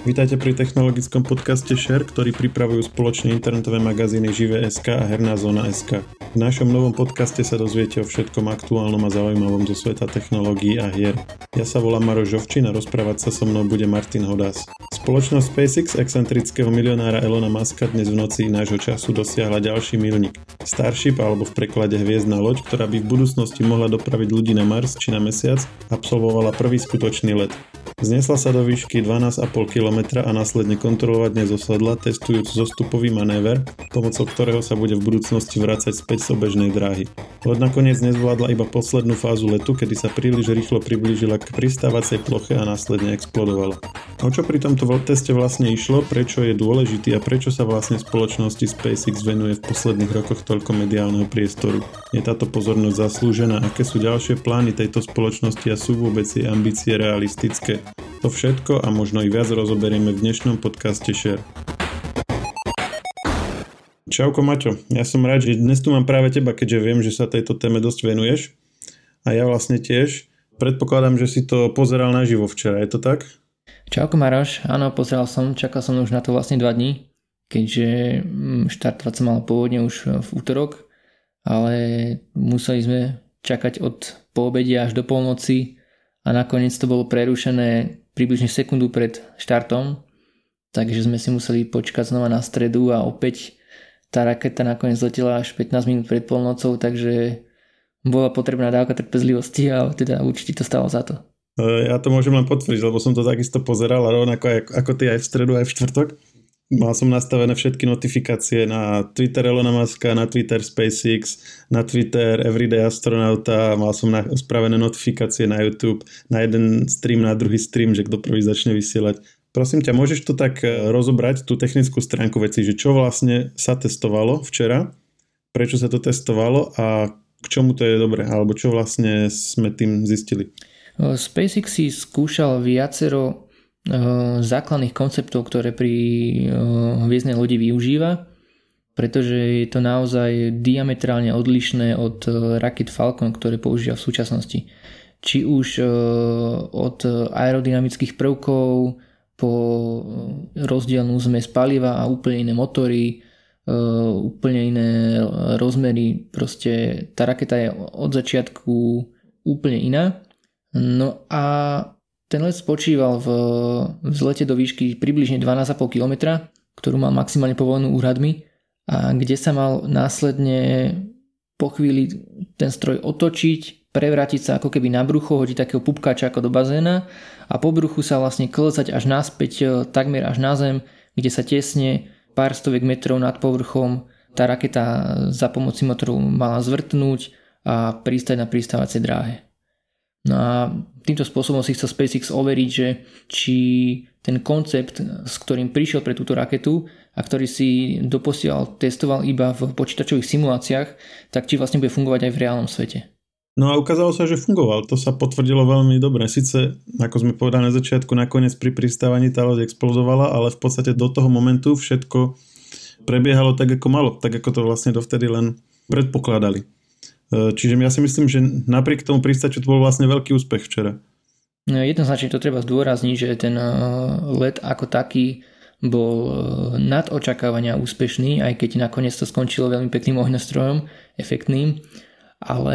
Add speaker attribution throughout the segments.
Speaker 1: Vítajte pri technologickom podcaste Share, ktorý pripravujú spoločne internetové magazíny Žive.sk a Herná zóna.sk. V našom novom podcaste sa dozviete o všetkom aktuálnom a zaujímavom zo sveta technológií a hier. Ja sa volám Maroš Žovčín a rozprávať sa so mnou bude Martin Hodás. Spoločnosť SpaceX excentrického milionára Elona Muska dnes v noci nášho času dosiahla ďalší milník. Starship, alebo v preklade hviezdna loď, ktorá by v budúcnosti mohla dopraviť ľudí na Mars či na Mesiac, absolvovala prvý skutočný let. Znesla sa do výšky 12,5 km a následne kontrolovane zosadla, testujúc zostupový manéver, pomocou ktorého sa bude v budúcnosti vrácať späť z obežnej dráhy. Loď nakoniec nezvládla iba poslednú fázu letu, kedy sa príliš rýchlo priblížila k pristávacej ploche a následne explodovala. O čo pri tomto teste vlastne išlo, prečo je dôležitý a prečo sa vlastne spoločnosti SpaceX venuje v posledných rokoch toľko mediálneho priestoru? Je táto pozornosť zaslúžená? Aké sú ďalšie plány tejto spoločnosti a sú vôbec jej ambície realistické? To všetko a možno i viac rozoberieme v dnešnom podcaste Share. Čauko Maťo, ja som rád, že dnes tu mám práve teba, keďže viem, že sa tejto téme dosť venuješ. A ja vlastne tiež. Predpokladám, že si to pozeral naživo včera, je to tak?
Speaker 2: Čauko Maroš, áno, pozeral som, čakal som už na to vlastne 2 dní, keďže štartovať som mal pôvodne už v útorok, ale museli sme čakať od poobedia až do polnoci a nakoniec to bolo prerušené približne sekundu pred štartom, takže sme si museli počkať znova na stredu a opäť tá raketa nakoniec letela až 15 minút pred polnocou, takže bola potrebná dávka trpezlivosti, ale teda určite to stalo za to.
Speaker 1: Ja to môžem len potvrdiť, lebo som to takisto pozeral a rovnako ako ty aj v stredu, aj v štvrtok. Mal som nastavené všetky notifikácie na Twitter Elona Muska, na Twitter SpaceX, na Twitter Everyday Astronauta, mal som spravené notifikácie na YouTube, na jeden stream, na druhý stream, že kto prvý začne vysielať. Prosím ťa, môžeš to tak rozobrať, tú technickú stránku veci, že čo vlastne sa testovalo včera, prečo sa to testovalo a k čomu to je dobré, alebo čo vlastne sme tým zistili?
Speaker 2: SpaceX si skúšal viacero základných konceptov, ktoré pri hviezdnej lodi využíva, pretože je to naozaj diametrálne odlišné od raket Falcon, ktoré používa v súčasnosti. Či už od aerodynamických prvkov po rozdielnú zmes paliva a úplne iné motory, úplne iné rozmery. Proste tá raketa je od začiatku úplne iná. No a ten let spočíval v vzlete do výšky približne 12,5 km, ktorú mal maximálne povolenú úradmi a kde sa mal následne po chvíli ten stroj otočiť, prevrátiť sa ako keby na brucho, hodiť takého pupkáča ako do bazéna a po bruchu sa vlastne klzať až naspäť, takmer až na zem, kde sa tesne pár stoviek metrov nad povrchom tá raketa za pomoci motoru mala zvrtnúť a pristať na pristávacej dráhe. No a týmto spôsobom si chcel SpaceX overiť, že či ten koncept, s ktorým prišiel pre túto raketu a ktorý si doposiaľ testoval iba v počítačových simuláciách, tak či vlastne bude fungovať aj v reálnom svete.
Speaker 1: No a ukázalo sa, že fungoval. To sa potvrdilo veľmi dobre. Sice, ako sme povedali na začiatku, nakoniec pri pristávaní tá loď explodovala, ale v podstate do toho momentu všetko prebiehalo tak, ako malo. Tak, ako to vlastne dovtedy len predpokladali. Čiže ja si myslím, že napriek tomu pristáťu to bol vlastne veľký úspech včera.
Speaker 2: Jednoznačne to treba zdôrazniť, že ten let ako taký bol nad očakávania úspešný, aj keď nakoniec to skončilo veľmi pekným ohňostrojom, efektným, ale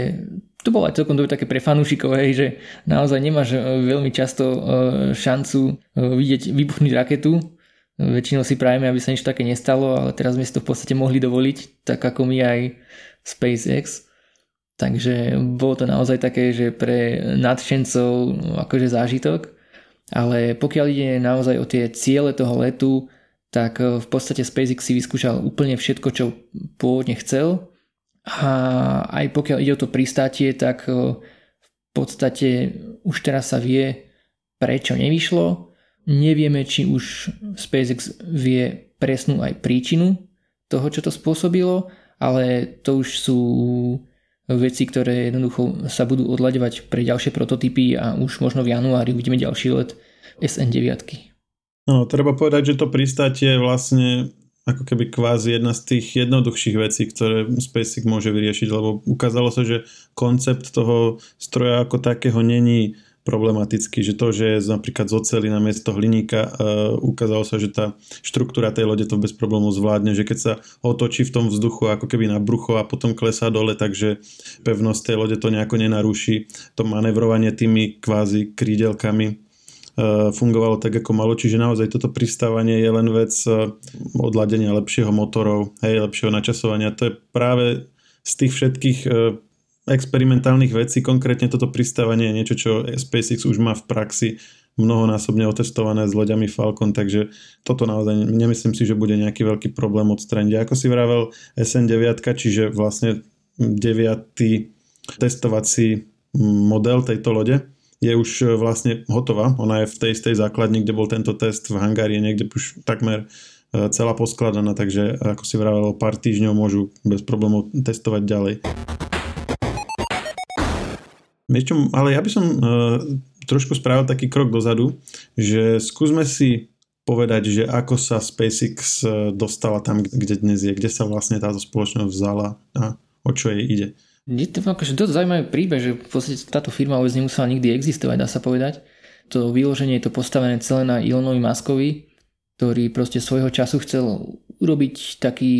Speaker 2: to bolo aj celkom dobre také pre fanúšikov, že naozaj nemáš veľmi často šancu vidieť vybuchnúť raketu. Väčšinou si prajeme, aby sa nič také nestalo, ale teraz sme si to v podstate mohli dovoliť, tak ako my aj SpaceX. Takže bolo to naozaj také, že pre nadšencov akože zážitok. Ale pokiaľ ide naozaj o tie ciele toho letu, tak v podstate SpaceX si vyskúšal úplne všetko, čo pôvodne chcel. A aj pokiaľ ide o to pristátie, tak v podstate už teraz sa vie, prečo nevyšlo. Nevieme, či už SpaceX vie presnú aj príčinu toho, čo to spôsobilo, ale to už sú veci, ktoré jednoducho sa budú odlaďovať pre ďalšie prototypy a už možno v januári uvidíme ďalší let SN9.
Speaker 1: No, treba povedať, že to pristátie je vlastne ako keby kvázi jedna z tých jednoduchších vecí, ktoré SpaceX môže vyriešiť, lebo ukázalo sa, že koncept toho stroja ako takého není problematický, že to, že je napríklad z oceli namiesto hliníka, ukázalo sa, že tá štruktúra tej lode to bez problémov zvládne, že keď sa otočí v tom vzduchu ako keby na brucho a potom klesá dole, takže pevnosť tej lode to nejako nenaruší. To manevrovanie tými kvázi krídelkami fungovalo tak ako malo, čiže naozaj toto pristávanie je len vec odladenia lepšieho motorov, lepšieho načasovania. To je práve z tých všetkých experimentálnych vecí, konkrétne toto pristávanie je niečo, čo SpaceX už má v praxi mnohonásobne otestované s loďami Falcon, takže toto naozaj nemyslím si, že bude nejaký veľký problém odstrániť. Ako si vravel SN9, čiže vlastne 9. testovací model tejto lode, je už vlastne hotová. Ona je v tej istej základni, kde bol tento test v hangári, niekde už takmer celá poskladaná, takže ako si vravel, pár týždňov môžu bez problémov testovať ďalej. Ale ja by som trošku spravil taký krok dozadu, že skúsme si povedať, že ako sa SpaceX dostala tam, kde dnes je, kde sa vlastne táto spoločnosť vzala a o čo jej ide.
Speaker 2: Je to akože dosť zaujímavý príbeh, že v podstate táto firma vôbec nemusela nikdy existovať, dá sa povedať. To vyloženie je to postavené celé na Elonovi Muskovi, ktorý proste svojho času chcel urobiť taký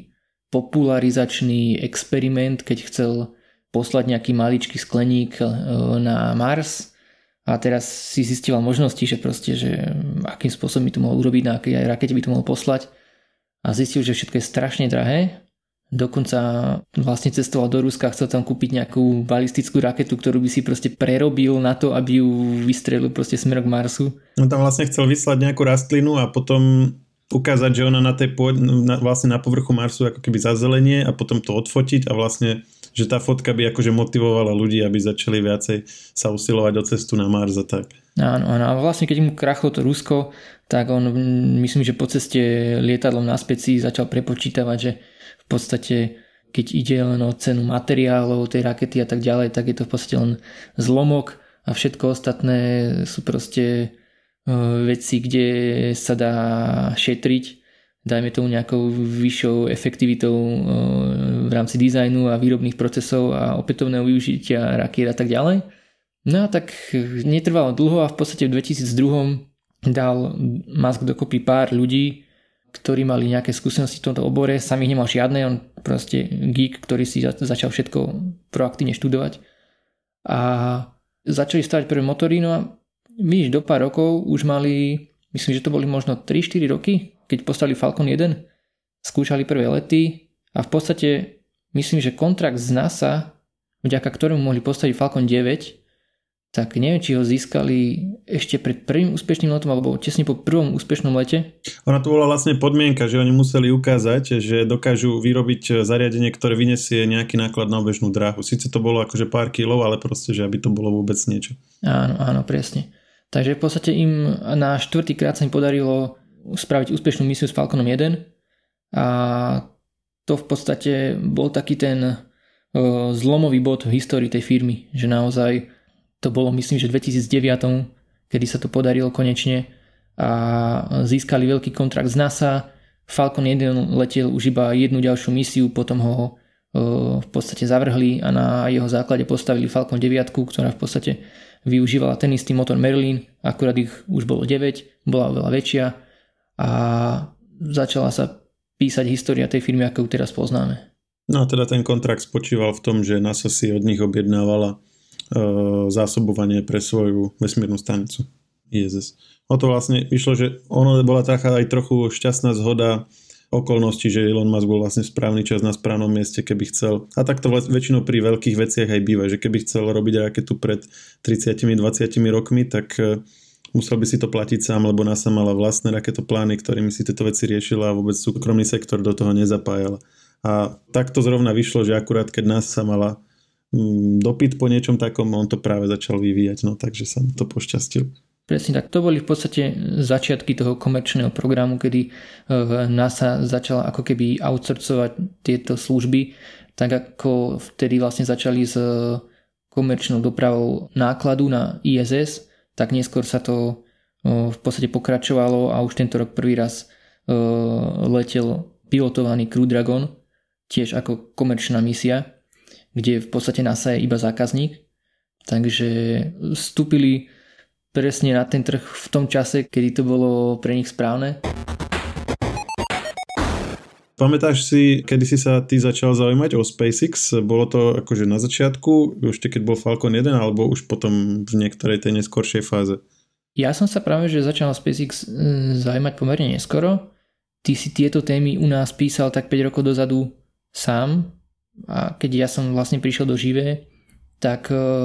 Speaker 2: popularizačný experiment, keď chcel poslať nejaký maličký skleník na Mars a teraz si zistil možnosti, že proste, že akým spôsobom by to mohol urobiť, na akej aj rakete by to mohol poslať a zistil, že všetko je strašne drahé. Dokonca vlastne cestoval do Ruska, chcel tam kúpiť nejakú balistickú raketu, ktorú by si proste prerobil na to, aby ju vystrelil proste smerom k Marsu.
Speaker 1: On tam vlastne chcel vyslať nejakú rastlinu a potom ukázať, že ona vlastne na povrchu Marsu ako keby zazelenie a potom to odfotiť a vlastne, že tá fotka by akože motivovala ľudí, aby začali viacej sa usilovať o cestu na Mars a tak.
Speaker 2: Áno, a vlastne keď mu krachlo to Rusko, tak on myslím, že po ceste lietadlom naspäť si začal prepočítavať, že v podstate keď ide len o cenu materiálov tej rakety a tak ďalej, tak je to v podstate len zlomok a všetko ostatné sú proste veci, kde sa dá šetriť, dajme tomu nejakou vyššou efektivitou v rámci dizajnu a výrobných procesov a opätovného využitia rakiet a tak ďalej. No a tak netrvalo dlho a v podstate v 2002 dal Musk dokopy pár ľudí, ktorí mali nejaké skúsenosti v tomto obore, sám ich nemal žiadne, on proste geek, ktorý si začal všetko proaktívne študovať a začali stavať prvé motory, no a vidíš, do pár rokov už mali, myslím, že to boli možno 3-4 roky, keď postavili Falcon 1, skúšali prvé lety a v podstate myslím, že kontrakt z NASA, vďaka ktorému mohli postaviť Falcon 9, tak neviem, či ho získali ešte pred prvým úspešným letom alebo tesne po prvom úspešnom lete.
Speaker 1: Ona to bola vlastne podmienka, že oni museli ukázať, že dokážu vyrobiť zariadenie, ktoré vyniesie nejaký náklad na obežnú dráhu. Sice to bolo akože pár kilov, ale proste, že aby to bolo vôbec niečo.
Speaker 2: Áno, presne. Takže v podstate im na 4. krát sa im podarilo spraviť úspešnú misiu s Falconom 1 a to v podstate bol taký ten zlomový bod v histórii tej firmy, že naozaj to bolo, myslím, že v 2009, kedy sa to podarilo konečne a získali veľký kontrakt z NASA. Falcon 1 letel už iba jednu ďalšiu misiu, potom ho v podstate zavrhli a na jeho základe postavili Falcon 9, ktorá v podstate využívala ten istý motor Merlin, akurát ich už bolo 9, bola oveľa väčšia a začala sa písať história tej firmy, ako ju teraz poznáme.
Speaker 1: No a teda ten kontrakt spočíval v tom, že NASA si od nich objednávala zásobovanie pre svoju vesmírnu stanicu ISS. O to vlastne išlo, že ono bola aj trochu šťastná zhoda okolností, že Elon Musk bol vlastne správny čas na správnom mieste, keby chcel. A tak to väčšinou pri veľkých veciach aj býva, že keby chcel robiť raketu pred 30-20 rokmi, tak musel by si to platiť sám, lebo NASA mala vlastné raketoplány, ktorými si tieto veci riešila a vôbec súkromný sektor do toho nezapájala. A tak to zrovna vyšlo, že akurát keď NASA mala dopyt po niečom takom, on to práve začal vyvíjať, no takže sa to pošťastil.
Speaker 2: Presne tak, to boli v podstate začiatky toho komerčného programu, kedy NASA začala ako keby outsourcovať tieto služby, tak ako vtedy vlastne začali s komerčnou dopravou nákladu na ISS, tak neskôr sa to v podstate pokračovalo a už tento rok prvý raz letel pilotovaný Crew Dragon, tiež ako komerčná misia, kde v podstate NASA je iba zákazník. Takže vstúpili presne na ten trh v tom čase, kedy to bolo pre nich správne.
Speaker 1: Pamätáš si, kedy si sa ty začal zaujímať o SpaceX? Bolo to akože na začiatku, ešte keď bol Falcon 1, alebo už potom v niektorej tej neskoršej fáze?
Speaker 2: Ja som sa práve že začal SpaceX zaujímať pomerne neskoro. Ty si tieto témy u nás písal tak 5 rokov dozadu sám a keď ja som vlastne prišiel do Živé, tak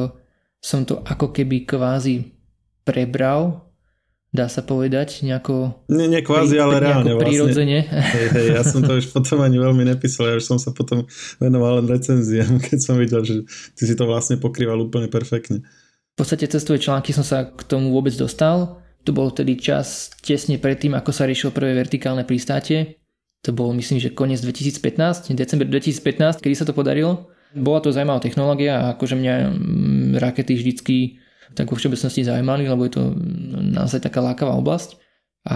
Speaker 2: som to ako keby kvázi prebral, dá sa povedať, nejako...
Speaker 1: Nie kvázi, ale reálne
Speaker 2: prirodzene.
Speaker 1: Vlastne. Hej, ja som to už potom ani veľmi nepísal, ja už som sa potom venoval len recenziám, keď som videl, že ty si to vlastne pokrýval úplne perfektne.
Speaker 2: V podstate cez tvoje články som sa k tomu vôbec dostal. To bol tedy čas tesne predtým, ako sa riešilo prvé vertikálne pristátie. To bol, myslím, že koniec 2015, december 2015, kedy sa to podarilo. Bola to zaujímavá technológia a akože mňa rakety vždycky tak vo všeobecnosti zaujímali, lebo je to naozaj taká lákavá oblasť. A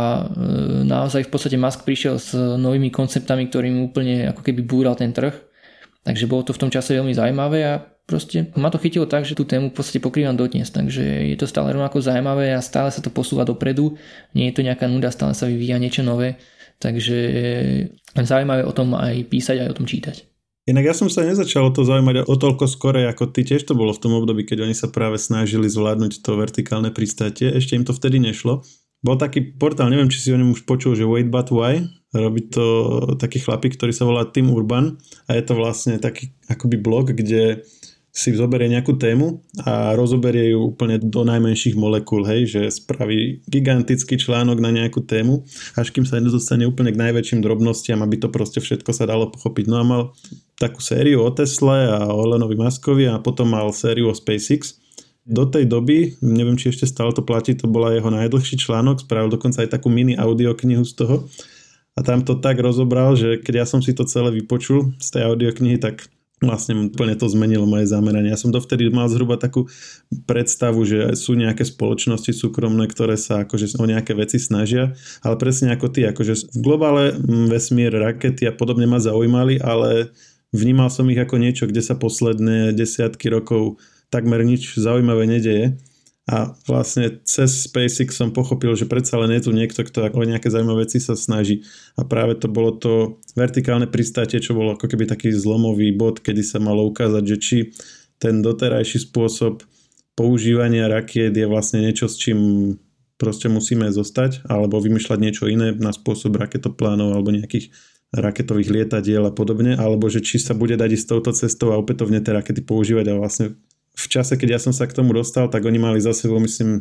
Speaker 2: naozaj v podstate Musk prišiel s novými konceptami, ktorým úplne ako keby búral ten trh. Takže bolo to v tom čase veľmi zaujímavé a proste ma to chytilo tak, že tú tému v podstate pokrývam dodnes. Takže je to stále rovnako zaujímavé a stále sa to posúva dopredu. Nie je to nejaká nuda, stále sa vyvíja niečo nové. Takže zaujímavé o tom aj písať, aj o tom čítať.
Speaker 1: Inak ja som sa nezačal o to zaujímať o toľko skorej ako ty, tiež to bolo v tom období, keď oni sa práve snažili zvládnuť to vertikálne pristátie, ešte im to vtedy nešlo. Bol taký portál, neviem, či si o ňom už počul, že Wait But Why, robí to taký chlapík, ktorý sa volá Tim Urban a je to vlastne taký akoby blog, kde si zoberie nejakú tému a rozoberie ju úplne do najmenších molekúl, hej, že spraví gigantický článok na nejakú tému, až kým sa nedostane úplne k najväčším drobnostiam, aby to proste všetko sa dalo pochopiť. No a mal takú sériu o Tesle a o Elonovi Muskovi a potom mal sériu o SpaceX. Do tej doby, neviem, či ešte stále to platí, to bola jeho najdlhší článok, spravil dokonca aj takú mini audioknihu z toho a tam to tak rozobral, že keď ja som si to celé vypočul z tej audioknihy, tak vlastne úplne to zmenilo moje zameranie. Ja som dovtedy mal zhruba takú predstavu, že sú nejaké spoločnosti súkromné, ktoré sa akože o nejaké veci snažia, ale presne ako ty, akože v globále vesmír, rakety a podobne ma zaujímali, ale vnímal som ich ako niečo, kde sa posledné desiatky rokov takmer nič zaujímavé nedeje. A vlastne cez SpaceX som pochopil, že predsa len je tu niekto, kto o nejaké zaujímavé veci sa snaží. A práve to bolo to vertikálne pristátie, čo bolo ako keby taký zlomový bod, kedy sa malo ukázať, že či ten doterajší spôsob používania rakiet je vlastne niečo, s čím proste musíme zostať, alebo vymýšľať niečo iné na spôsob raketoplánov alebo nejakých raketových lietadiel a podobne, alebo že či sa bude dať ísť touto cestou a opätovne tie rakety používať a vlastne v čase, keď ja som sa k tomu dostal, tak oni mali za sebou, myslím,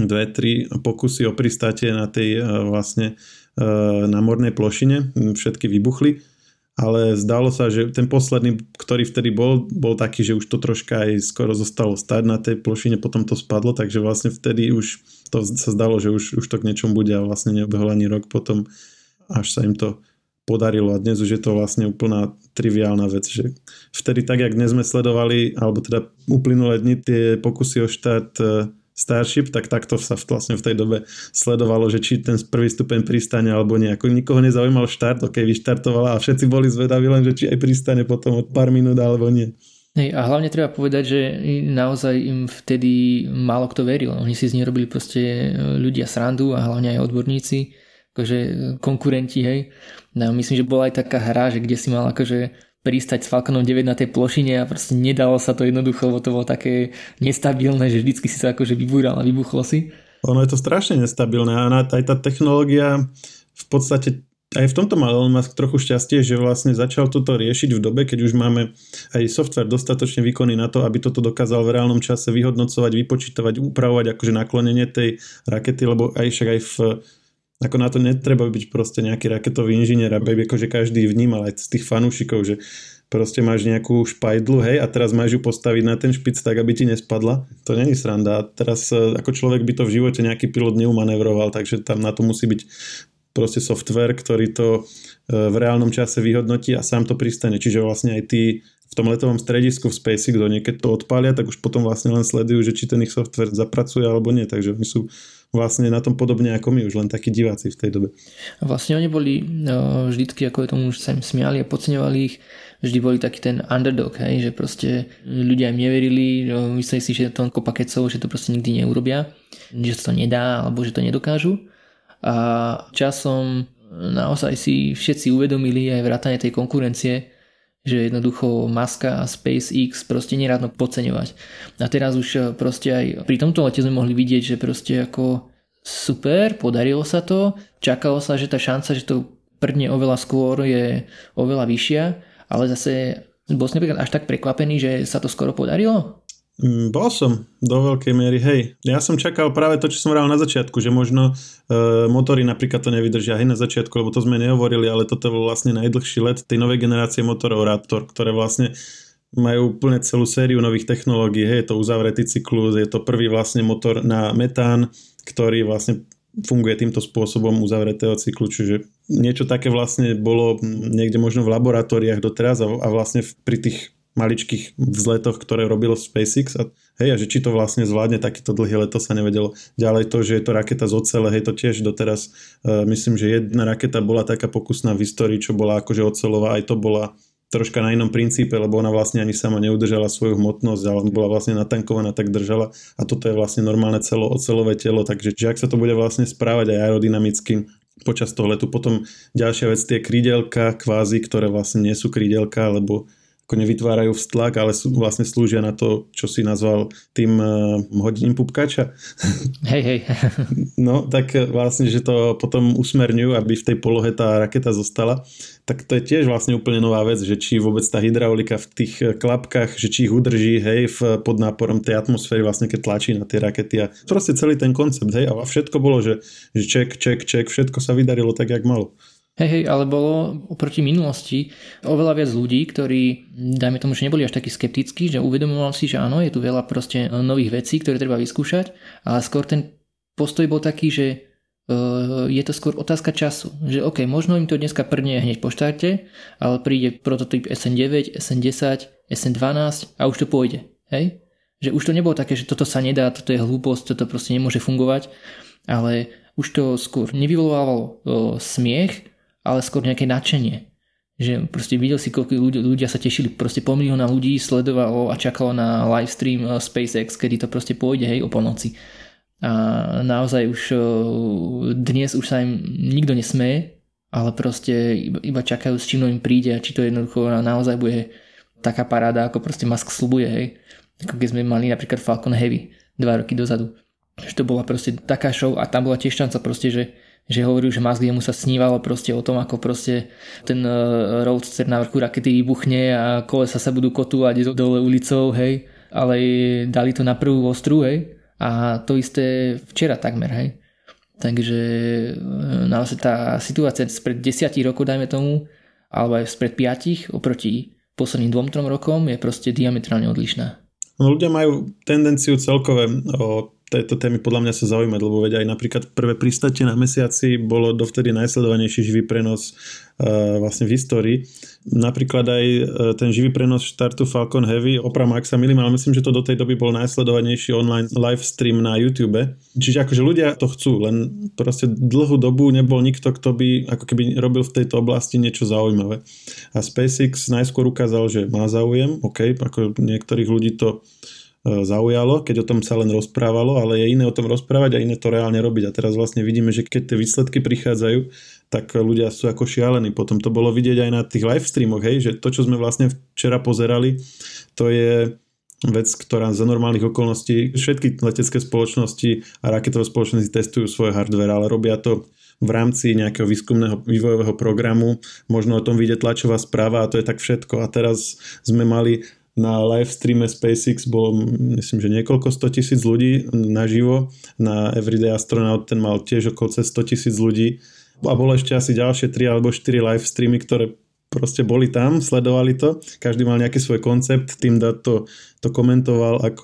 Speaker 1: 2-3 pokusy o pristátie na tej vlastne námornej plošine. Všetky vybuchli, ale zdalo sa, že ten posledný, ktorý vtedy bol taký, že už to troška aj skoro zostalo stáť na tej plošine, potom to spadlo, takže vlastne vtedy už to sa zdalo, že už to k niečomu bude a vlastne neobehol ani rok potom, až sa im to podarilo a dnes už je to vlastne úplná triviálna vec, že vtedy tak, jak dnes sme sledovali, alebo teda uplynulé dni tie pokusy o štát Starship, tak takto sa vlastne v tej dobe sledovalo, že či ten prvý stupeň pristane alebo nie. Ako nikoho nezaujímal štart, ok, vyštartovala a všetci boli zvedaví len, že či aj pristane potom od pár minút alebo nie.
Speaker 2: Hej, a hlavne treba povedať, že naozaj im vtedy málo kto veril. Oni si z nich robili proste ľudia srandu a hlavne aj odborníci, akože konkurenti, hej. No, myslím, že bola aj taká hra, že kde si mal akože pristať s Falconom 9 na tej plošine a proste nedalo sa to jednoducho, lebo to bolo také nestabilné, že vždycky si sa akože vybúral a vybuchlo si.
Speaker 1: Ono je to strašne nestabilné a aj tá technológia v podstate aj v tomto mal Elon Musk trochu šťastie, že vlastne začal toto riešiť v dobe, keď už máme aj software dostatočne výkonný na to, aby toto dokázal v reálnom čase vyhodnocovať, vypočítavať, upravovať akože naklonenie tej rakety, lebo aj však aj ako na to netreba byť proste nejaký raketový inžinier, aby akože každý vnímal aj z tých fanúšikov, že proste máš nejakú špajdlu, hej, a teraz máš ju postaviť na ten špic tak, aby ti nespadla. To není sranda. A teraz ako človek by to v živote nejaký pilot neumanevroval, takže tam na to musí byť proste software, ktorý to v reálnom čase vyhodnotí a sám to pristane. Čiže vlastne aj tí v tom letovom stredisku v SpaceX, keď to odpália, tak už potom vlastne len sledujú, že či ten ich software zapracuje alebo nie. Takže oni sú vlastne na tom podobne ako my, už len takí diváci v tej dobe.
Speaker 2: Vlastne oni boli vždycky, ako je tomu už sa im smiali a podceňovali ich, vždy boli taký ten underdog, hej, že proste ľudia im neverili, mysleli si, že to kopa kecov, že to proste nikdy neurobia, že to nedá alebo že to nedokážu. A časom naozaj si všetci uvedomili aj vrátane tej konkurencie, že jednoducho Muska a SpaceX proste nerádno podceňovať. A teraz už proste aj pri tomto lete sme mohli vidieť, že proste ako super, podarilo sa to, čakalo sa, že tá šanca, že to prdne oveľa skôr je oveľa vyššia, ale zase bol som napríklad až tak prekvapený, že sa to skoro podarilo?
Speaker 1: Bol som do veľkej miery, hej. Ja som čakal práve to, čo som vral na začiatku, že možno motory napríklad to nevydržia, hej, na začiatku, lebo to sme nehovorili, ale toto bol vlastne najdlhší let tej novej generácie motorov Raptor, ktoré vlastne majú úplne celú sériu nových technológií, hej, je to uzavretý cyklus, je to prvý vlastne motor na metán, ktorý vlastne funguje týmto spôsobom uzavretého cyklu, čiže niečo také vlastne bolo niekde možno v laboratóriách doteraz a vlastne pri tých maličkých vzletoch, ktoré robilo SpaceX a hej, a že či to vlastne zvládne takýto dlhý let, to sa nevedelo. Ďalej to, že je to raketa z ocele, hej, to tiež doteraz myslím, že jedna raketa bola taká pokusná v histórii, čo bola akože oceľová, aj to bola troška na inom princípe, lebo ona vlastne ani sama neudržala svoju hmotnosť, ale bola vlastne natankovaná, tak držala a toto je vlastne normálne oceľové telo, takže ak sa to bude vlastne správať aj aerodynamicky počas toho letu. Potom ďalšia vec, tie krídelka kvázi, ktoré vlastne nie sú krídelka, lebo ako nevytvárajú vztlak, ale vlastne slúžia na to, čo si nazval tým hodením pupkača.
Speaker 2: Hej.
Speaker 1: No, tak vlastne, že to potom usmerňujú, aby v tej polohe tá raketa zostala. Tak to je tiež vlastne úplne nová vec, že či vôbec tá hydraulika v tých klapkách, že či ich udrží, hej, pod náporom tej atmosféry, vlastne keď tlačí na tie rakety. A proste celý ten koncept, hej, a všetko bolo, že check, všetko sa vydarilo tak, jak malo.
Speaker 2: Hej, ale bolo oproti minulosti oveľa viac ľudí, ktorí, dajme tomu, že neboli až takí skeptickí, že uvedomovali si, že áno, je tu veľa proste nových vecí, ktoré treba vyskúšať, ale skôr ten postoj bol taký, že je to skôr otázka času. Že OK, možno im to dneska prdne hneď po štarte, ale príde prototyp SN9, SN10, SN12 a už to pôjde. Hej? Že už to nebolo také, že toto sa nedá, toto je hlúposť, toto proste nemôže fungovať, ale už to skôr nevyvolávalo smiech, ale skôr nejaké nadšenie. Že proste videl si, koľko ľudia sa tešili. Proste 500 000 ľudí sledovalo a čakalo na livestream SpaceX, kedy to proste pôjde, hej, o polnoci. A naozaj už dnes už sa im nikto nesmeje, ale proste iba čakajú, s čím im príde a či to jednoducho naozaj bude taká paráda, ako proste Musk sľubuje, hej. Ako keď sme mali napríklad Falcon Heavy 2 roky dozadu. Že to bola proste taká show a tam bola tiež šanca proste, že hovoril, že Musk jemu sa snívalo proste o tom, ako proste ten roadster na vrchu rakety vybuchne a kolesa sa budú kotúvať dole ulicou, hej, ale dali to na prvú ostru, hej, a to isté včera takmer, hej. Takže naozaj tá situácia spred 10 rokov, dajme tomu, alebo aj spred 5 oproti posledným 2-3 rokom je proste diametrálne odlišná.
Speaker 1: No, ľudia majú tendenciu celkové o tejto témy podľa mňa sa zaujímať, lebo veď aj napríklad prvé pristátie na mesiaci bolo dovtedy najsledovanejší živý prenos vlastne v histórii. Napríklad aj ten živý prenos štartu Falcon Heavy, oprav ak sa milím, ale myslím, že to do tej doby bol najsledovanejší online live stream na YouTube. Čiže akože ľudia to chcú, len proste dlhú dobu nebol nikto, kto by ako keby robil v tejto oblasti niečo zaujímavé. A SpaceX najskôr ukázal, že má záujem, OK, ako niektorých ľudí to zaujalo, keď o tom sa len rozprávalo, ale je iné o tom rozprávať a iné to reálne robiť. A teraz vlastne vidíme, že keď tie výsledky prichádzajú, tak ľudia sú ako šialení. Potom to bolo vidieť aj na tých live streamoch, hej, že to, čo sme vlastne včera pozerali, to je vec, ktorá za normálnych okolností všetky letecké spoločnosti a raketové spoločnosti testujú svoj hardware, ale robia to v rámci nejakého výskumného vývojového programu. Možno o tom vyjde tlačová správa a to je tak všetko. A teraz sme mali na live streame SpaceX bolo, myslím, že niekoľko 100 000 ľudí naživo. Na Everyday Astronaut ten mal tiež okolo cez 100 000 ľudí. A bolo ešte asi ďalšie 3 alebo 4 live streamy, ktoré proste boli tam, sledovali to. Každý mal nejaký svoj koncept. Tim Dad to komentoval ako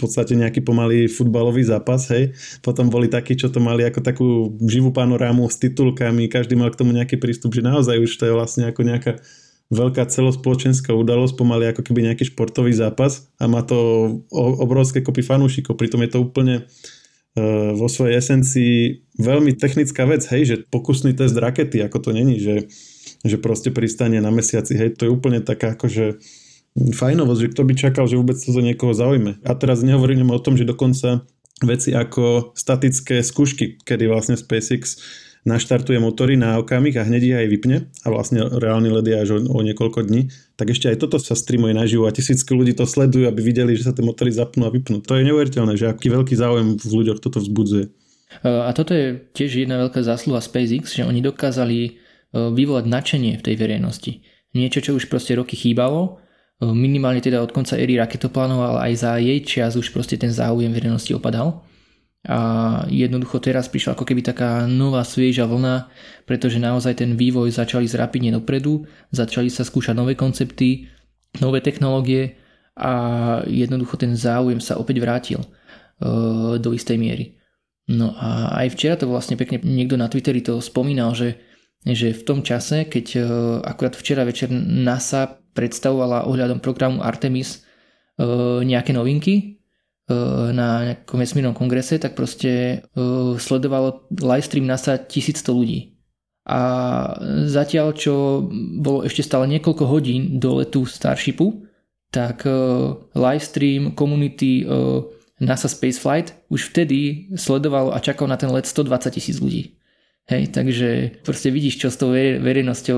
Speaker 1: podstate nejaký pomalý futbalový zápas, hej. Potom boli takí, čo to mali ako takú živú panorámu s titulkami, každý mal k tomu nejaký prístup, že naozaj už to je vlastne ako nejaká veľká celospoločenská udalosť, pomaly ako keby nejaký športový zápas a má to obrovské kopy fanúšikov, pritom je to úplne vo svojej esencii veľmi technická vec, hej, že pokusný test rakety, ako to není, že proste pristane na mesiaci, hej, to je úplne taká akože fajnovosť, že kto by čakal, že vôbec to niekoho zaujme. A teraz nehovoríme o tom, že dokonca veci ako statické skúšky, kedy vlastne SpaceX naštartuje motory na okamih a hneď ich aj vypne a vlastne reálny let je až o niekoľko dní, tak ešte aj toto sa streamuje naživo a tisícky ľudí to sledujú, aby videli, že sa tie motory zapnú a vypnú. To je neuveriteľné, že aký veľký záujem v ľuďoch toto vzbudzuje.
Speaker 2: A toto je tiež jedna veľká zásluha SpaceX, že oni dokázali vyvolať nadšenie v tej verejnosti. Niečo, čo už proste roky chýbalo, minimálne teda od konca éry raketoplánov, ale aj za jej čas už proste ten záujem verejnosti opadal. A jednoducho teraz prišla ako keby taká nová svieža vlna, pretože naozaj ten vývoj začali rapidne dopredu, začali sa skúšať nové koncepty, nové technológie a jednoducho ten záujem sa opäť vrátil do istej miery. No a aj včera to vlastne pekne niekto na Twitteri to spomínal, že v tom čase, keď akurát včera večer NASA predstavovala ohľadom programu Artemis nejaké novinky na nejakom vesmírnom kongrese, tak proste sledovalo livestream NASA 1100 ľudí. A zatiaľ, čo bolo ešte stále niekoľko hodín do letu Starshipu, tak livestream community NASA Spaceflight už vtedy sledovalo a čakal na ten let 120,000 ľudí. Hej, takže proste vidíš, čo s tou verejnosťou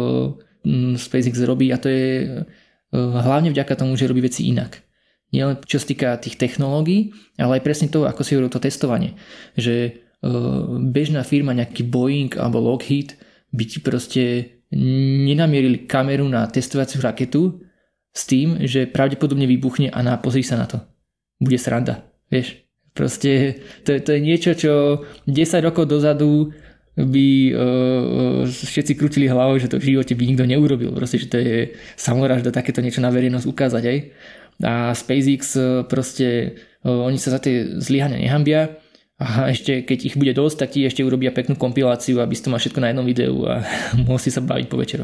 Speaker 2: SpaceX robí a to je hlavne vďaka tomu, že robí veci inak. Nielen čo sa týka tých technológií, ale aj presne toho, ako si hovoril to testovanie. Že bežná firma, nejaký Boeing alebo Lockheed by ti proste nenamierili kameru na testovaciu raketu s tým, že pravdepodobne vybuchne a pozri sa na to. Bude sranda. Vieš, proste to je niečo, čo 10 rokov dozadu by všetci krútili hlavou, že to v živote by nikto neurobil. Proste, že to je samovražda takéto niečo na verejnosť ukázať. Aj? A SpaceX proste, oni sa za tie zlyhania nehambia a ešte keď ich bude dosť, tak ti ešte urobia peknú kompiláciu, aby si to mal všetko na jednom videu a mohol si sa baviť po večeroch.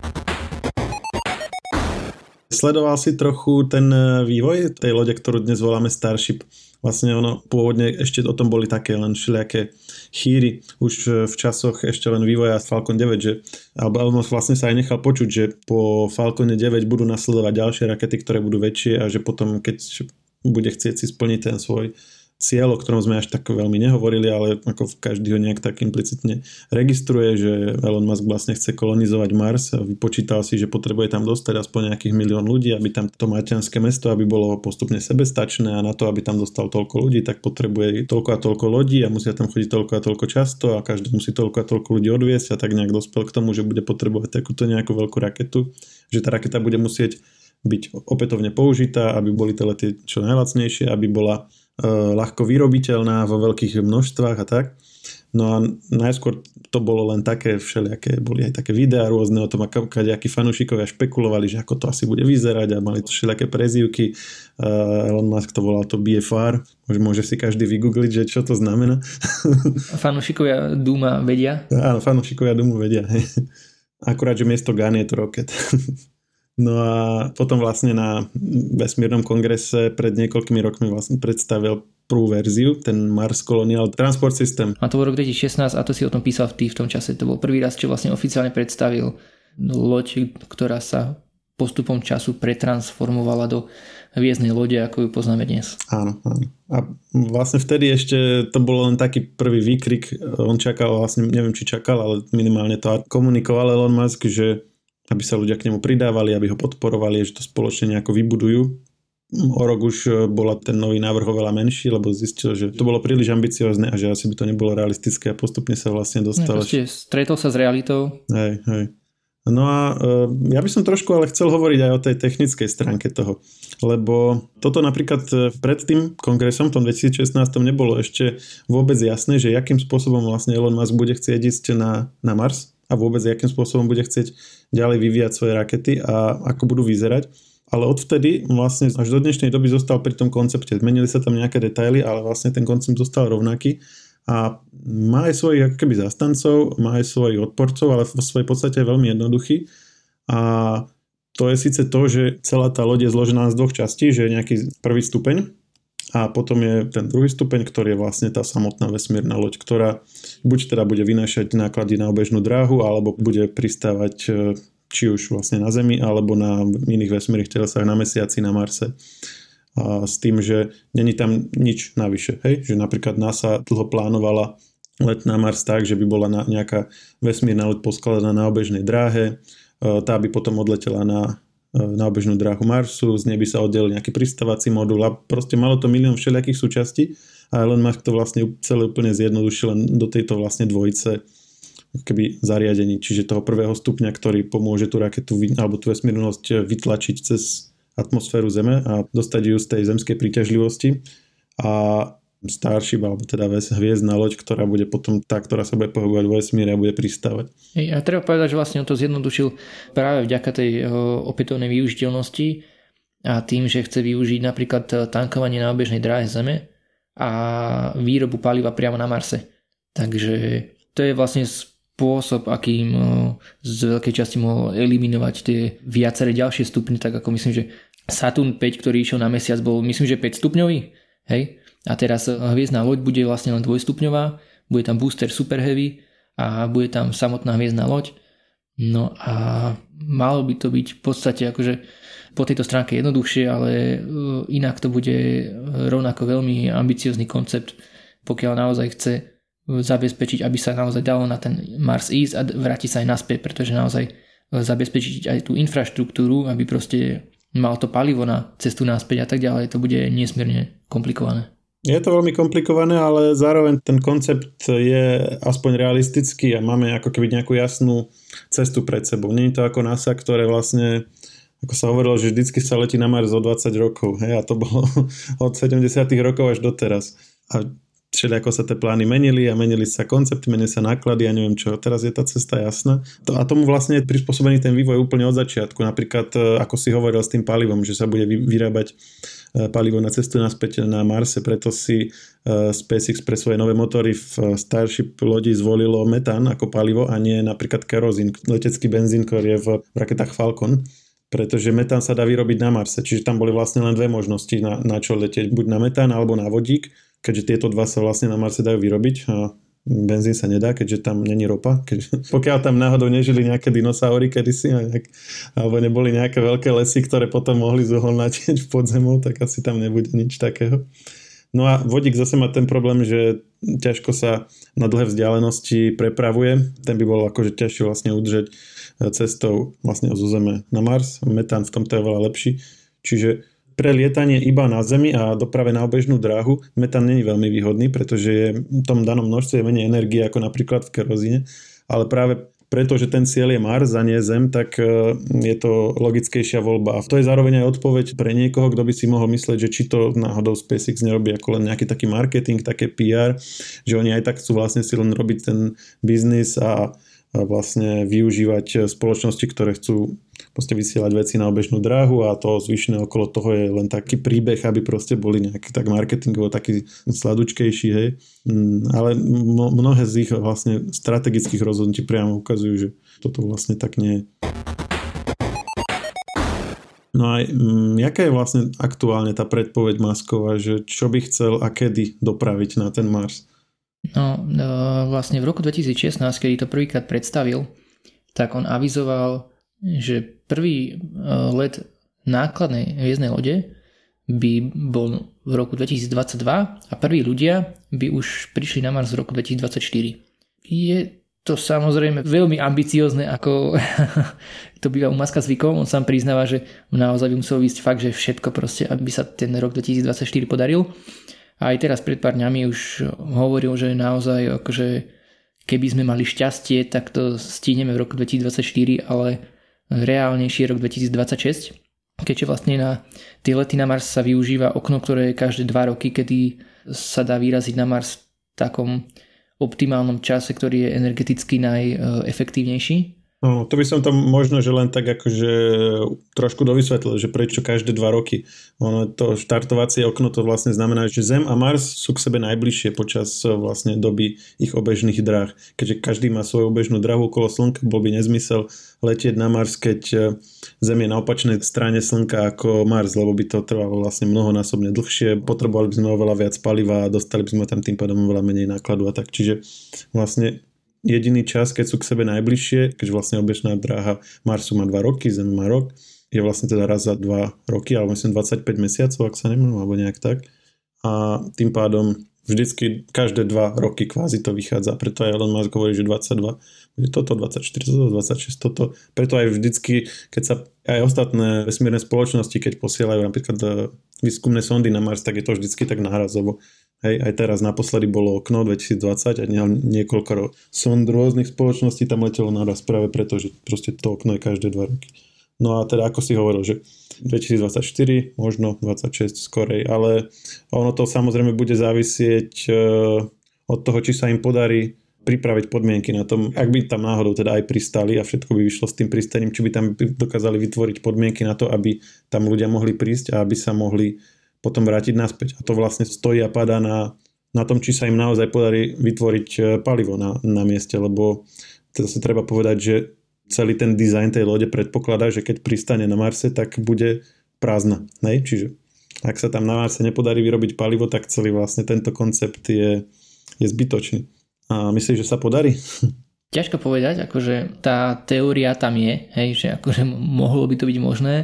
Speaker 1: Sledoval si trochu ten vývoj tej lode, ktorú dnes voláme Starship? Vlastne ono, pôvodne ešte o tom boli také len všelijaké chýry už v časoch ešte len vývoja Falcon 9, že alebo vlastne sa aj nechal počuť, že po Falcone 9 budú nasledovať ďalšie rakety, ktoré budú väčšie a že potom, keď bude chcieť si splniť ten svoj cieľ, o ktorom sme až tak veľmi nehovorili, ale ako každý ho nejak tak implicitne registruje, že Elon Musk vlastne chce kolonizovať Mars a vypočítal si, že potrebuje tam dostať aspoň nejakých 1 000 000 ľudí, aby tam to marťanské mesto, aby bolo postupne sebestačné a na to, aby tam dostal toľko ľudí, tak potrebuje toľko a toľko lodí a musia tam chodiť toľko a toľko často a každý musí toľko a toľko ľudí odviesť a tak nejak dospel k tomu, že bude potrebovať takúto nejakú veľkú raketu, že tá raketa bude musieť byť opätovne použitá, aby boli tie lety čo najlacnejšie, aby bola ľahko vyrobiteľná vo veľkých množstvách a tak. No a najskôr to bolo len také všelijaké, boli aj také videá rôzne o tom, akí fanúšikovia špekulovali, že ako to asi bude vyzerať a mali to všelijaké prezývky. Elon Musk to volal to BFR. Môže si každý vygoogliť, že čo to znamená.
Speaker 2: Fanúšikovia Duma vedia?
Speaker 1: Áno, fanúšikovia Dumu vedia. Akurát, že miesto Gun je to roket. No a potom vlastne na vesmírnom kongrese pred niekoľkými rokmi vlastne predstavil prvú verziu, ten Mars Colonial Transport System.
Speaker 2: A to bol rok 2016 a to si o tom písal v tom čase. To bol prvý raz, čo vlastne oficiálne predstavil loď, ktorá sa postupom času pretransformovala do hviezdnej lode, ako ju poznáme dnes.
Speaker 1: Áno, áno. A vlastne vtedy ešte to bolo len taký prvý výkrik. On čakal, vlastne neviem, či čakal, ale minimálne to komunikoval Elon Musk, že aby sa ľudia k nemu pridávali, aby ho podporovali, že to spoločne nejako vybudujú. O rok už bola ten nový návrh oveľa menší, lebo zistil, že to bolo príliš ambiciozne a že asi by to nebolo realistické a postupne sa vlastne dostal.
Speaker 2: Stretol sa s realitou.
Speaker 1: Hej. No a ja by som trošku ale chcel hovoriť aj o tej technickej stránke toho, lebo toto napríklad pred tým kongresom, v tom 2016 nebolo ešte vôbec jasné, že akým spôsobom vlastne Elon Musk bude chcieť ísť na Mars a vôbec akým spôsobom bude chcieť ďalej vyvíjať svoje rakety a ako budú vyzerať. ale odvtedy vlastne až do dnešnej doby zostal pri tom koncepte. Zmenili sa tam nejaké detaily, ale vlastne ten koncept zostal rovnaký a má aj svojich ako keby zastancov, má aj svojich odporcov, ale vo svojej podstate je veľmi jednoduchý a to je síce to, že celá tá loď je zložená z dvoch častí, že je nejaký prvý stupeň a potom je ten druhý stupeň, ktorý je vlastne tá samotná vesmírna loď, ktorá buď teda bude vynášať náklady na obežnú dráhu, alebo bude pristávať či už vlastne na Zemi, alebo na iných vesmírnych telesách, na Mesiaci, na Marse. A s tým, že není tam nič navyše. Hej? Že napríklad NASA dlho plánovala let na Mars tak, že by bola nejaká vesmírna loď poskladaná na obežnej dráhe, tá by potom odletela na obežnú dráhu Marsu, z nej by sa oddelil nejaký pristávací modul a proste malo to milión všelijakých súčastí a Elon Musk to vlastne celé úplne zjednodušil len do tejto vlastne dvojice keby zariadení, čiže toho prvého stupňa, ktorý pomôže tú raketu alebo tú vesmírnosť vytlačiť cez atmosféru Zeme a dostať ju z tej zemskej príťažlivosti a Starship, alebo teda hviezdna loď, ktorá bude potom tá, ktorá sa bude pohybovať vo vesmíre a bude pristávať.
Speaker 2: A treba povedať, že vlastne on to zjednodušil práve vďaka tej opätovnej využiteľnosti a tým, že chce využiť napríklad tankovanie na obežnej dráhe Zeme a výrobu paliva priamo na Marse. Takže to je vlastne spôsob, akým z veľkej časti mohol eliminovať tie viaceré ďalšie stupne, tak ako myslím, že Saturn 5, ktorý išiel na mesiac, bol myslím, že 5 stupňový, hej? A teraz hviezdna loď bude vlastne len dvojstupňová, bude tam booster Super Heavy a bude tam samotná hviezdna loď. No a malo by to byť v podstate akože po tejto stránke jednoduchšie, ale inak to bude rovnako veľmi ambiciózny koncept, pokiaľ naozaj chce zabezpečiť, aby sa naozaj dalo na ten Mars ísť a vrátiť sa aj naspäť, pretože naozaj zabezpečiť aj tú infraštruktúru, aby proste mal to palivo na cestu naspäť a tak ďalej, to bude nesmierne komplikované.
Speaker 1: Je to veľmi komplikované, ale zároveň ten koncept je aspoň realistický a máme ako keby nejakú jasnú cestu pred sebou. Nie je to ako NASA, ktoré vlastne, ako sa hovorilo, že vždycky sa letí na Mars o 20 rokov. Hej? A to bolo od 70. rokov až doteraz. A všelijako sa tie plány menili a menili sa koncepty, menili sa náklady a neviem čo. Teraz je tá cesta jasná. A tomu vlastne je prispôsobený ten vývoj úplne od začiatku. Napríklad, ako si hovoril s tým palivom, že sa bude vyrábať palivo na cestu naspäť na Marse, preto si SpaceX pre svoje nové motory v Starship lodi zvolilo metán ako palivo a nie napríklad kerozín, letecký benzín, ktorý je v raketách Falcon, pretože metán sa dá vyrobiť na Marse, čiže tam boli vlastne len dve možnosti na čo letieť, buď na metán alebo na vodík, keďže tieto dva sa vlastne na Marse dajú vyrobiť a benzín sa nedá, keďže tam není ropa. Pokiaľ tam náhodou nežili nejaké dinosaury kedysi, alebo neboli nejaké veľké lesy, ktoré potom mohli zuholnatieť v podzemou, tak asi tam nebude nič takého. No a vodík zase má ten problém, že ťažko sa na dlhé vzdialenosti prepravuje. Ten by bol akože ťažšie vlastne udržať cestou vlastne zo Zeme na Mars. Metán v tomto je veľa lepší. Čiže pre lietanie iba na Zemi a doprave na obežnú dráhu metán nie je veľmi výhodný, pretože je v tom danom množstve menej energie ako napríklad v kerozíne, ale práve preto, že ten cieľ je Mars a nie Zem, tak je to logickejšia voľba. A to je zároveň aj odpoveď pre niekoho, kto by si mohol myslieť, že či to náhodou SpaceX nerobí ako len nejaký taký marketing, také PR, že oni aj tak chcú vlastne si len robiť ten biznis a vlastne využívať spoločnosti, ktoré chcú proste vysielať veci na obežnú dráhu a to zvyšné okolo toho je len taký príbeh, aby proste boli nejaký tak marketingovo taký sladučkejší, hej. Ale mnohé z ich vlastne strategických rozhodnutí priamo ukazujú, že toto vlastne tak nie je. No a jaká je vlastne aktuálne tá predpoveď Muskova, že čo by chcel a kedy dopraviť na ten Mars?
Speaker 2: No, vlastne v roku 2016, kedy to prvýkrát predstavil, tak on avizoval, že prvý let nákladnej hviezdnej lode by bol v roku 2022 a prví ľudia by už prišli na Mars v roku 2024. Je to samozrejme veľmi ambiciozne, ako to býva u Muska zvykom. On sám priznáva, že naozaj by musel ísť fakt, že všetko proste, aby sa ten rok 2024 podaril. A aj teraz pred pár dňami už hovoril, že naozaj akože keby sme mali šťastie, tak to stihneme v roku 2024, ale reálnejší rok 2026. Keďže vlastne na tie lety na Mars sa využíva okno, ktoré je každé 2 roky, kedy sa dá vyraziť na Mars v takom optimálnom čase, ktorý je energeticky najefektívnejší.
Speaker 1: No, to by som tam možno, že len tak akože trošku dovysvetlil, že prečo každé 2 roky. Ono to štartovacie okno to vlastne znamená, že Zem a Mars sú k sebe najbližšie počas vlastne doby ich obežných dráh. Keďže každý má svoju obežnú dráhu okolo Slnka, bol by nezmysel letieť na Mars, keď Zem je na opačnej strane Slnka ako Mars, lebo by to trvalo vlastne mnohonásobne dlhšie, potrebovali by sme oveľa viac paliva a dostali by sme tam tým pádom oveľa menej nákladu a tak. Čiže vlastne jediný čas, keď sú k sebe najbližšie, keďže vlastne obežná dráha Marsu má 2 roky, Zem má rok, je vlastne teda raz za 2 roky, alebo myslím 25 mesiacov, ak sa nemýlim, alebo nejak tak. A tým pádom vždycky každé 2 roky kvázi to vychádza. Preto aj Elon Musk hovorí, že 22, toto 24, toto 26, toto. Preto aj vždycky, keď sa aj ostatné vesmírne spoločnosti, keď posielajú napríklad výskumné sondy na Mars, tak je to vždycky tak nárazovo. Hej, aj teraz naposledy bolo okno 2020 a niekoľko sond rôznych spoločností tam letelo naraz práve preto, že proste to okno je každé 2 roky. No a teda ako si hovoril, že 2024, možno 26 skorej, ale ono to samozrejme bude závisieť od toho, či sa im podarí pripraviť podmienky na tom, ak by tam náhodou teda aj pristali a všetko by vyšlo s tým pristaním, či by tam dokázali vytvoriť podmienky na to, aby tam ľudia mohli prísť a aby sa mohli potom vrátiť naspäť. A to vlastne stojí a padá na tom, či sa im naozaj podarí vytvoriť palivo na mieste, lebo teda si treba povedať, že celý ten dizajn tej lode predpokladá, že keď pristane na Marse, tak bude prázdna. Nej? Čiže ak sa tam na Marse nepodarí vyrobiť palivo, tak celý vlastne tento koncept je zbytočný. A myslíš, že sa podarí?
Speaker 2: Ťažko povedať, akože tá teória tam je, hej, že akože mohlo by to byť možné,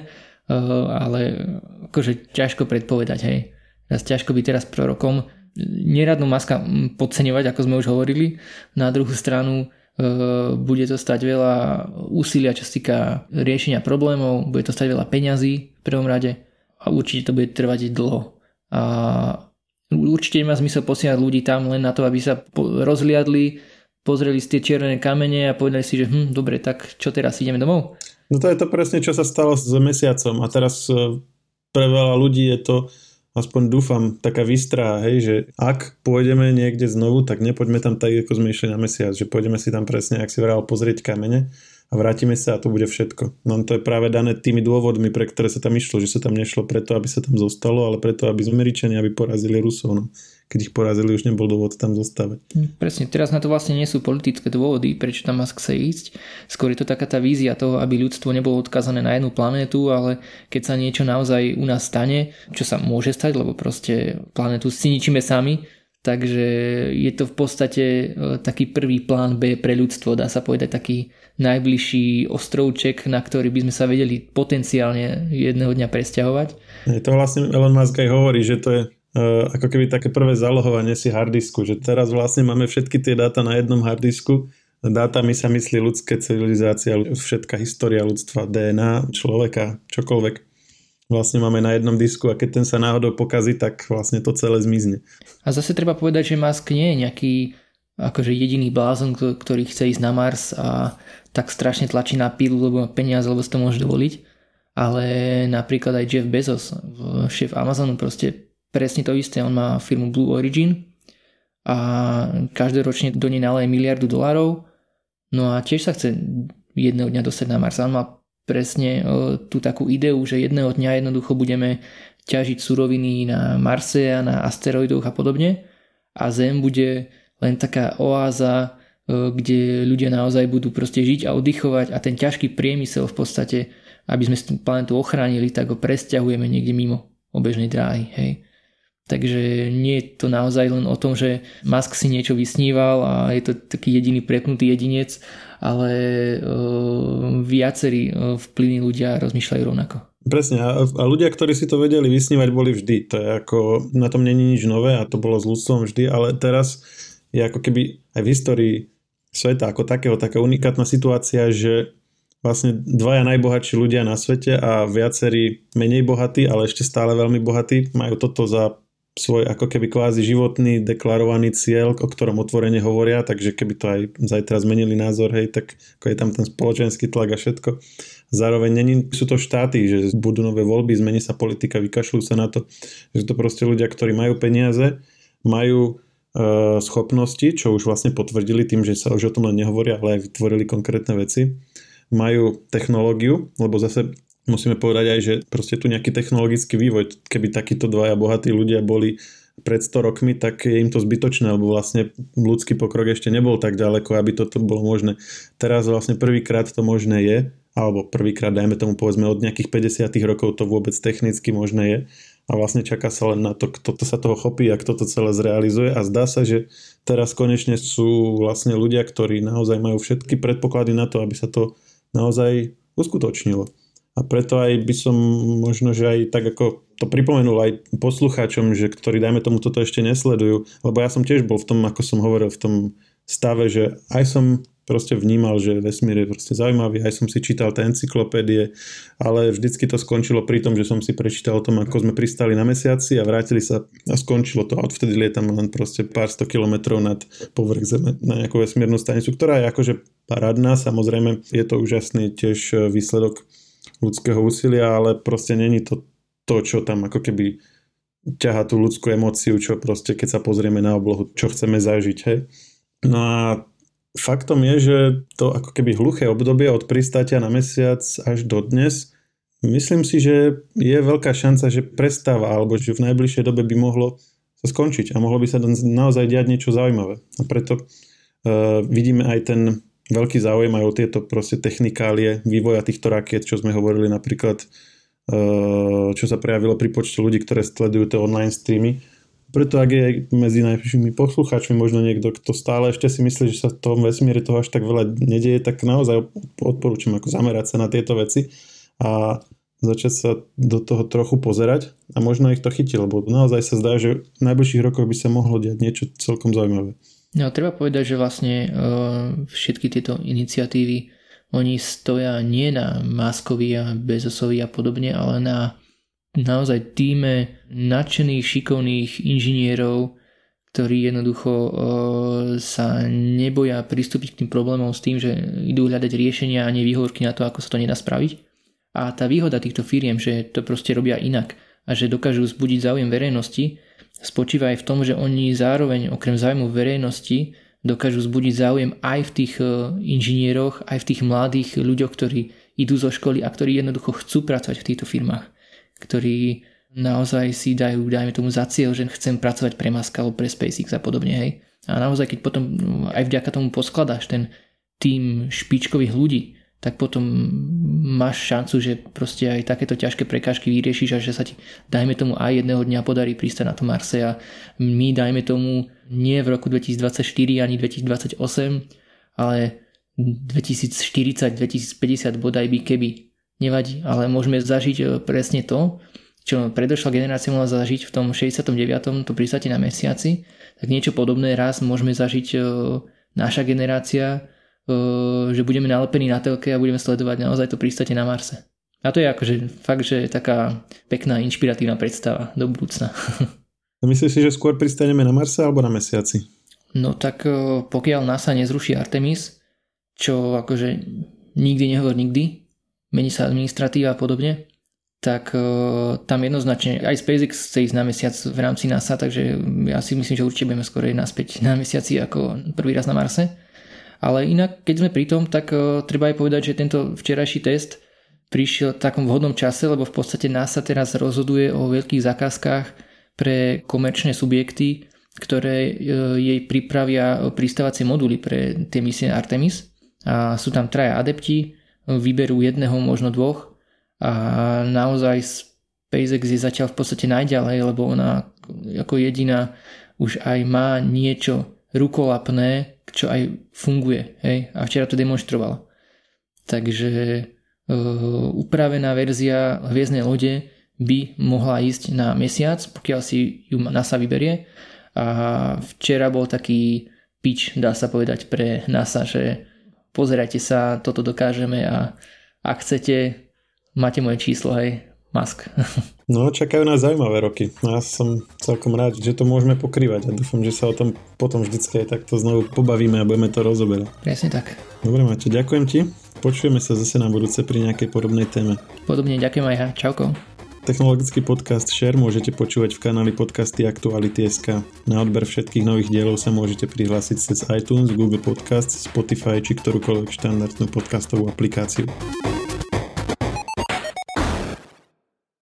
Speaker 2: ale akože ťažko predpovedať, hej. Ťažko byť teraz prorokom. Neradnú Muska podceňovať, ako sme už hovorili. Na druhú stranu bude to stať veľa úsilia, čo sa týka riešenia problémov, bude to stať veľa peňazí v prvom rade a určite to bude trvať dlho. A určite nemá zmysel posielať ľudí tam len na to, aby sa rozliadli, pozreli si tie čierne kamene a povedali si, že dobre, tak čo teraz, ideme domov?
Speaker 1: No to je to presne, čo sa stalo s mesiacom a teraz pre veľa ľudí je to, aspoň dúfam, taká výstraha, hej, že ak pôjdeme niekde znovu, tak nepoďme tam tak, ako sme išli na mesiac, že pôjdeme si tam presne, ak si vral, pozrieť kamene a vrátime sa a to bude všetko. No to je práve dané tými dôvodmi, pre ktoré sa tam išlo, že sa tam nešlo preto, aby sa tam zostalo, ale preto, aby Američania aby porazili Rusov. No. Keď ich porazili, už nebol dôvod tam zostávať.
Speaker 2: Presne, teraz na to vlastne nie sú politické dôvody, prečo tam Musk chce ísť. Skôr je to taká tá vízia toho, aby ľudstvo nebolo odkázané na jednu planétu, ale keď sa niečo naozaj u nás stane, čo sa môže stať, lebo proste planétu si ničíme sami, takže je to v podstate taký prvý plán B pre ľudstvo, dá sa povedať taký najbližší ostrovček, na ktorý by sme sa vedeli potenciálne jedného dňa presťahovať.
Speaker 1: To vlastne Elon Musk aj hovorí, že to je ako keby také prvé zálohovanie si harddisku, že teraz vlastne máme všetky tie dáta na jednom harddisku. Dátami sa myslí ľudské civilizácia, všetká história ľudstva, DNA, človeka, čokoľvek. Vlastne máme na jednom disku a keď ten sa náhodou pokazí, tak vlastne to celé zmizne.
Speaker 2: A zase treba povedať, že Musk nie je nejaký akože jediný blázon, ktorý chce ísť na Mars a tak strašne tlačí na pílu, lebo má peniaze, lebo si to môže dovoliť. Ale napríklad aj Jeff Bezos, šéf Amazonu, proste presne to isté. On má firmu Blue Origin a každoročne do nej naleje $1 miliardu. No a tiež sa chce jedného dňa dostať na Mars. On má presne tú takú ideu, že jedného dňa jednoducho budeme ťažiť suroviny na Marse a na asteroidoch a podobne a Zem bude len taká oáza, kde ľudia naozaj budú proste žiť a oddychovať a ten ťažký priemysel v podstate, aby sme tú planetu ochránili, tak ho presťahujeme niekde mimo obežnej dráhy, hej. Takže nie je to naozaj len o tom, že Musk si niečo vysníval a je to taký jediný prepnutý jedinec, ale viacerí vplyvní ľudia rozmýšľajú rovnako.
Speaker 1: Presne a ľudia, ktorí si to vedeli vysnívať, boli vždy. To je ako, na tom není nič nové a to bolo s ľudstvom vždy, ale teraz je ako keby aj v histórii sveta ako takého taká unikátna situácia, že vlastne dvaja najbohatší ľudia na svete a viacerí menej bohatí, ale ešte stále veľmi bohatí, majú toto za svoj ako keby kvázi životný deklarovaný cieľ, o ktorom otvorene hovoria, takže keby to aj zajtra zmenili názor, hej, tak ako je tam ten spoločenský tlak a všetko. Zároveň sú to štáty, že budú nové voľby, zmení sa politika, vykašľú sa na to, že to proste ľudia, ktorí majú peniaze, majú schopnosti, čo už vlastne potvrdili tým, že sa už o tom len nehovoria, ale aj vytvorili konkrétne veci. majú technológiu, lebo zase musíme povedať aj, že proste tu nejaký technologický vývoj, keby takíto dvaja bohatí ľudia boli pred 100 rokmi, tak je im to zbytočné, lebo vlastne ľudský pokrok ešte nebol tak ďaleko, aby toto bolo možné. Teraz vlastne prvýkrát to možné je, alebo prvýkrát, dajme tomu povedzme od nejakých 50 rokov to vôbec technicky možné je a vlastne čaká sa len na to, kto sa toho chopí a kto to celé zrealizuje a zdá sa, že teraz konečne sú vlastne ľudia, ktorí naozaj majú všetky predpoklady na to, aby sa to naozaj uskutočnilo. A preto aj by som možno, že aj tak ako to pripomenul aj poslucháčom, že ktorí dajme tomu toto ešte nesledujú, lebo ja som tiež bol v tom, ako som hovoril, v tom stave, že aj som proste vnímal, že vesmír je proste zaujímavý, aj som si čítal tie encyklopédie, ale vždycky to skončilo pri tom, že som si prečítal o tom, ako sme pristali na mesiaci a vrátili sa a skončilo to. A odvtedy lietam len proste pár 100 kilometrov nad povrch Zeme na nejakú vesmírnu stanicu, ktorá je akože parádna, samozrejme je to úžasný tiež výsledok ľudského úsilia, ale proste není to, čo tam ako keby ťahá tú ľudskú emóciu, čo proste keď sa pozrieme na oblohu, čo chceme zažiť, hej. No a faktom je, že to ako keby hluché obdobie od pristátia na mesiac až do dnes, myslím si, že je veľká šanca, že prestáva, alebo že v najbližšej dobe by mohlo sa skončiť a mohlo by sa naozaj diať niečo zaujímavé. A preto vidíme aj ten veľký záujem aj o tieto proste technikálie vývoja týchto rakiet, čo sme hovorili napríklad, čo sa prejavilo pri počte ľudí, ktoré sledujú tie online streamy. Preto ak je medzi najbližšími poslucháčmi možno niekto, kto stále ešte si myslí, že sa v tom vesmíre toho až tak veľa nedieje, tak naozaj odporúčam ako zamerať sa na tieto veci a začať sa do toho trochu pozerať a možno ich to chytí, lebo naozaj sa zdá, že v najbližších rokoch by sa mohlo diať niečo celkom zaujímavé.
Speaker 2: No, treba povedať, že vlastne všetky tieto iniciatívy, oni stoja nie na Muskovi a Bezosovi a podobne, ale na naozaj tíme nadšených, šikovných inžinierov, ktorí jednoducho sa neboja pristúpiť k tým problémom s tým, že idú hľadať riešenia a nevýhovorky na to, ako sa to nedá spraviť. A tá výhoda týchto firiem, že to proste robia inak a že dokážu vzbudiť záujem verejnosti, spočíva aj v tom, že oni zároveň okrem záujmu verejnosti dokážu vzbudiť záujem aj v tých inžinieroch, aj v tých mladých ľuďoch, ktorí idú zo školy a ktorí jednoducho chcú pracovať v týchto firmách, ktorí naozaj si dajú, dajme tomu za cieľ, že chcem pracovať pre Musk alebo pre SpaceX a podobne, hej. A naozaj, keď potom aj vďaka tomu poskladáš ten tým špičkových ľudí, tak potom máš šancu, že proste aj takéto ťažké prekážky vyriešiš a že sa ti, dajme tomu, aj jedného dňa podarí pristať na tom Marse a my, dajme tomu, nie v roku 2024 ani 2028, ale 2040, 2050 bodaj by keby. Nevadí, ale môžeme zažiť presne to, čo predošla generácia mohla zažiť v tom 69. to pristátie na mesiaci, tak niečo podobné raz môžeme zažiť naša generácia, že budeme nalepení na telke a budeme sledovať naozaj to pristátie na Marse. A to je akože fakt, že taká pekná, inšpiratívna predstava do budúcna.
Speaker 1: Myslíš si, že skôr pristaneme na Marse alebo na mesiaci?
Speaker 2: No tak pokiaľ NASA nezruší Artemis, čo akože nikdy nehovor nikdy, mení sa administratíva a podobne, tak tam jednoznačne aj SpaceX chce ísť na mesiac v rámci NASA, takže ja si myslím, že určite budeme skôr naspäť na mesiaci ako prvý raz na Marse. Ale inak, keď sme pri tom, tak treba aj povedať, že tento včerajší test prišiel v takom vhodnom čase, lebo v podstate NASA teraz rozhoduje o veľkých zákazkách pre komerčné subjekty, ktoré jej pripravia pristávacie moduly pre tie misie Artemis. A sú tam 3 adepti, vyberú jedného, možno 2 a naozaj SpaceX je zatiaľ v podstate najďalej, lebo ona ako jediná už aj má niečo rukolapné, čo aj funguje, hej? A včera to demonstrovala. Takže upravená verzia hviezdnej lode by mohla ísť na mesiac, pokiaľ si ju NASA vyberie. A včera bol taký pitch, dá sa povedať, pre NASA, že pozerajte sa, toto dokážeme a ak chcete, máte moje číslo, hej, Musk.
Speaker 1: No, čakajú nás zaujímavé roky. Ja som celkom rád, že to môžeme pokrývať a dúfam, že sa o tom potom vždycky aj takto znovu pobavíme a budeme to rozoberať.
Speaker 2: Presne tak.
Speaker 1: Dobre, Maťo, ďakujem ti. Počujeme sa zase na budúce pri nejakej podobnej téme.
Speaker 2: Podobne, ďakujem aj ja. Čauko.
Speaker 1: Technologický podcast Share môžete počúvať v kanáli podcasty Aktuality.sk. Na odber všetkých nových dielov sa môžete prihlásiť cez iTunes, Google Podcast, Spotify či ktorúkoľvek štandardnú podcastovú aplikáciu.